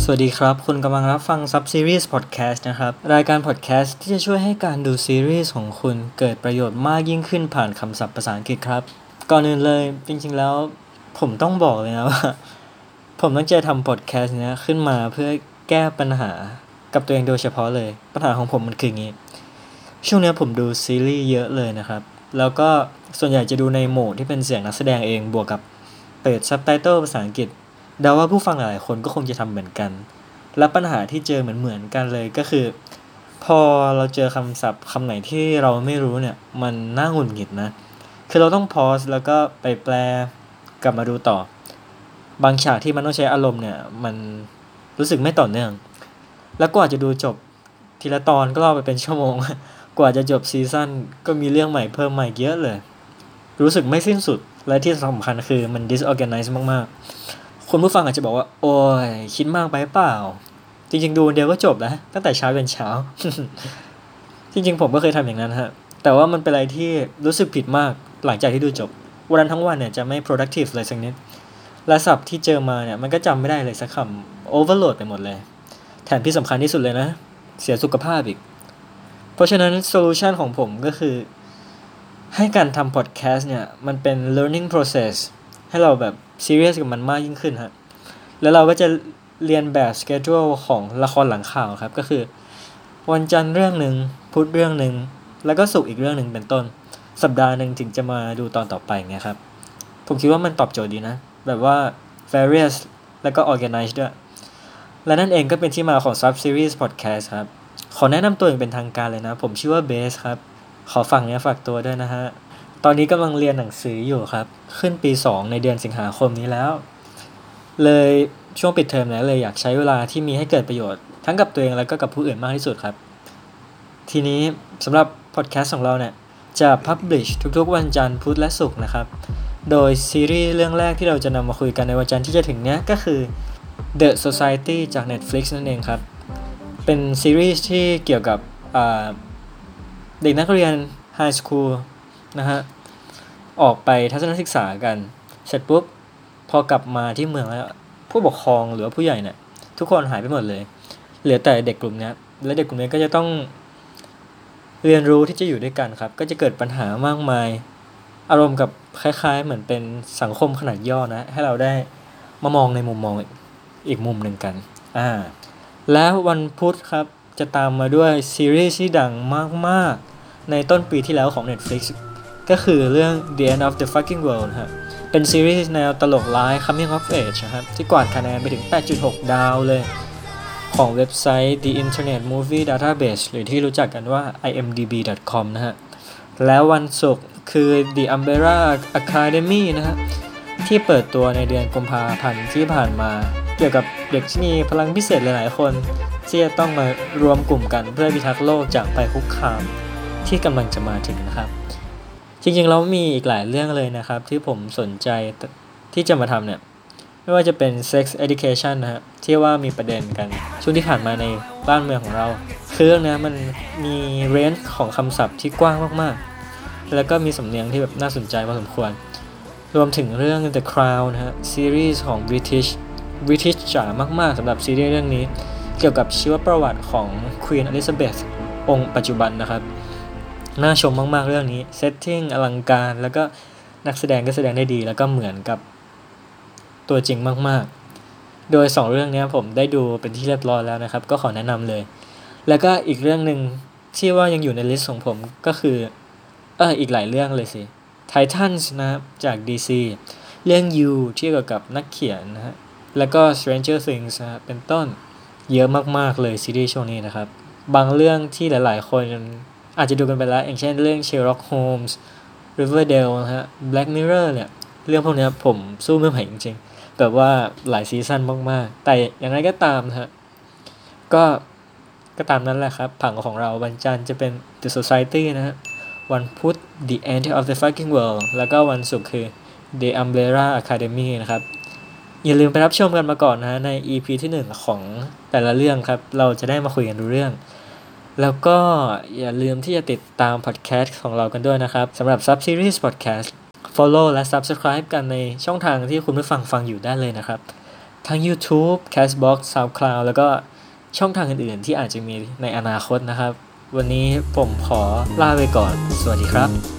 วัสดีครับคุณกำลังรับฟัง Sub Series Podcast นะครับรายการ Podcast ที่จะช่วยให้การดูซีรีส์ของคุณเกิดประโยชน์มากยิ่งขึ้นผ่านคำศัพท์ภาษาอังกฤษครับก่อนอื่นเลยจริงๆแล้วผมต้องบอกเลยนะว่าผมตั้งใจทำ Podcast เนี้ยขึ้นมาเพื่อแก้ปัญหากับตัวเองโดยเฉพาะเลยปัญหาของผมมันคืออย่างนี้ช่วงนี้ผมดูซีรีส์เยอะเลยนะครับแล้วก็ส่วนใหญ่จะดูในโหมดที่เป็นเสียงนักแสดงเองบวกกับเปิดซับไตเติลภาษาอังกฤษเดาว่าผู้ฟังหลายคนก็คงจะทำเหมือนกันและปัญหาที่เจอเหมือนกันเลยก็คือพอเราเจอคำศัพท์คำไหนที่เราไม่รู้เนี่ยมันน่าหงุดหงิดนะคือเราต้องพอสแล้วก็ไปแปลกลับมาดูต่อบางฉากที่มันต้องใช้อารมณ์เนี่ยมันรู้สึกไม่ต่อเนื่องแล้วกว่าจะดูจบทีละตอนก็รอไปเป็นชั่วโมงกว่าจะจบซีซั่นก็มีเรื่องใหม่เพิ่มใหม่เยอะเลยรู้สึกไม่สิ้นสุดและที่สำคัญคือมัน disorganized มากๆคุณผู้ฟังอาจจะบอกว่าโอ้ยคิดมากไปเปล่าจริงๆดูเดียวก็จบแล้วตั้งแต่เช้าเป็นเช้า จริงๆผมก็เคยทำอย่างนั้นฮะแต่ว่ามันเป็นอะไรที่รู้สึกผิดมากหลังจากที่ดูจบวันนั้นทั้งวันเนี่ยจะไม่ productive เลยสักนิดและศัพท์ที่เจอมาเนี่ยมันก็จำไม่ได้เลยสักคำ overload ไปหมดเลยแถมที่สำคัญที่สุดเลยนะเสียสุขภาพอีกเพราะฉะนั้นโซลูชันของผมก็คือให้การทำพอดแคสต์เนี่ยมันเป็น learning process ให้เราแบบ serious กับมันมากยิ่งขึ้นฮะแล้วเราก็จะเรียนแบบ schedule ของละครหลังข่าวครับก็คือวันจันทร์เรื่องหนึ่งพุธเรื่องหนึ่งแล้วก็ศุกร์อีกเรื่องหนึ่งเป็นต้นสัปดาห์หนึ่งถึงจะมาดูตอนต่อไปไงครับผมคิดว่ามันตอบโจทย์ดีนะแบบว่า various แล้วก็ organized ด้วยและนั่นเองก็เป็นที่มาของ Sub Series Podcast ครับขอแนะนำตัวอย่างเป็นทางการเลยนะผมชื่อว่าเบสครับขอฝากเนื้อฝากตัวด้วยนะฮะตอนนี้กำลังเรียนหนังสืออยู่ครับขึ้นปี2ในเดือนสิงหาคมนี้แล้วเลยช่วงปิดเทอมแล้วเลยอยากใช้เวลาที่มีให้เกิดประโยชน์ทั้งกับตัวเองแล้วก็กับผู้อื่นมากที่สุดครับทีนี้สำหรับพอดแคสต์ของเราเนี่ยจะพับลิชทุกๆวันจันทร์พุธและศุกร์นะครับโดยซีรีส์เรื่องแรกที่เราจะนำมาคุยกันในวันจันทร์ที่จะถึงเนี้ยก็คือ The Society จาก Netflix นั่นเองครับเป็นซีรีส์ที่เกี่ยวกับเด็กนักเรียนไฮสคูลนะฮะออกไปทัศนศึกษากันเสร็จปุ๊บพอกลับมาที่เมืองแล้วผู้ปกครองหรือว่าผู้ใหญ่เนี่ยทุกคนหายไปหมดเลยเหลือแต่เด็กกลุ่มนี้และเด็กกลุ่มนี้ก็จะต้องเรียนรู้ที่จะอยู่ด้วยกันครับก็จะเกิดปัญหามากมายอารมณ์กับคล้ายๆเหมือนเป็นสังคมขนาดย่อนะให้เราได้มามองในมุมมองอีกมุมหนึ่งกันแล้ววันพุธครับจะตามมาด้วยซีรีส์ที่ดังมากๆในต้นปีที่แล้วของ Netflix ก็คือเรื่อง The End of the Fucking World ฮะเป็นซีรีส์แนวตลกร้าย Coming of Age นะครับที่กวาดคะแนนไปถึง 8.6 ดาวเลยของเว็บไซต์ The Internet Movie Database หรือที่รู้จักกันว่า imdb.com นะฮะแล้ววันศุกร์คือ The Umbrella Academy นะฮะที่เปิดตัวในเดือนกุมภาพันธ์ที่ผ่านมาเกี่ยวกับเด็กที่มีพลังพิเศษหลายๆคนที่จะต้องมารวมกลุ่มกันเพื่อพิทักษ์โลกจากภัยคุกคามที่กำลังจะมาถึงนะครับจริงๆแล้วมีอีกหลายเรื่องเลยนะครับที่ผมสนใจที่จะมาทำเนี่ยไม่ว่าจะเป็น sex education นะฮะที่ว่ามีประเด็นกันช่วงที่ผ่านมาในบ้านเมืองของเราคือเรื่องนี้มันมีเรนจ์ของคำศัพท์ที่กว้างมากๆแล้วก็มีสำเนียงที่แบบน่าสนใจพอสมควรรวมถึงเรื่อง The Crown นะฮะซีรีส์ของ British จ๋ามากๆสำหรับซีรีส์เรื่องนี้เกี่ยวกับชีวประวัติของ Queen Elizabeth องค์ปัจจุบันนะครับน่าชมมากๆเรื่องนี้เซตติ้งอลังการแล้วก็นักแสดงก็แสดงได้ดีแล้วก็เหมือนกับตัวจริงมากๆโดย2เรื่องนี้ผมได้ดูเป็นที่เรียบร้อยแล้วนะครับก็ขอแนะนำเลยแล้วก็อีกเรื่องนึงที่ว่ายังอยู่ในลิสต์ของผมก็คืออีกหลายเรื่องเลยสิ Titans นะครับจาก DC เรื่อง You ที่เกี่ยวกับนักเขียนนะฮะแล้วก็ Stranger Things นะเป็นต้นเยอะมากๆเลยซีรีส์ช่วงนี้นะครับบางเรื่องที่หลายๆคนอาจจะดูกันไปแล้วอย่างเช่นเรื่อง Sherlock Holmes Riverdale นะฮะ Black Mirror เนี่ยเรื่องพวกนี้ผมสู้ไม่ไหวจริงๆแบบว่าหลายซีซั่นมากๆแต่อย่างไรก็ตามนะฮะก็ตามนั้นแหละครับผังของเราวันจันทร์จะเป็น The Society นะฮะวันพุธ The End of the Fucking World แล้วก็วันศุกร์คือ The Umbrella Academy นะครับอย่าลืมไปรับชมกันมาก่อนนะฮะใน EP ที่1ของแต่ละเรื่องครับเราจะได้มาคุยกันรู้เรื่องแล้วก็อย่าลืมที่จะติดตามพอดแคสต์ของเรากันด้วยนะครับสำหรับ Sub Series Podcast Follow และ Subscribe กันในช่องทางที่คุณผู้ฟังอยู่ได้เลยนะครับทั้ง YouTube Castbox SoundCloud แล้วก็ช่องทางอื่นๆที่อาจจะมีในอนาคตนะครับวันนี้ผมขอลาไปก่อนสวัสดีครับ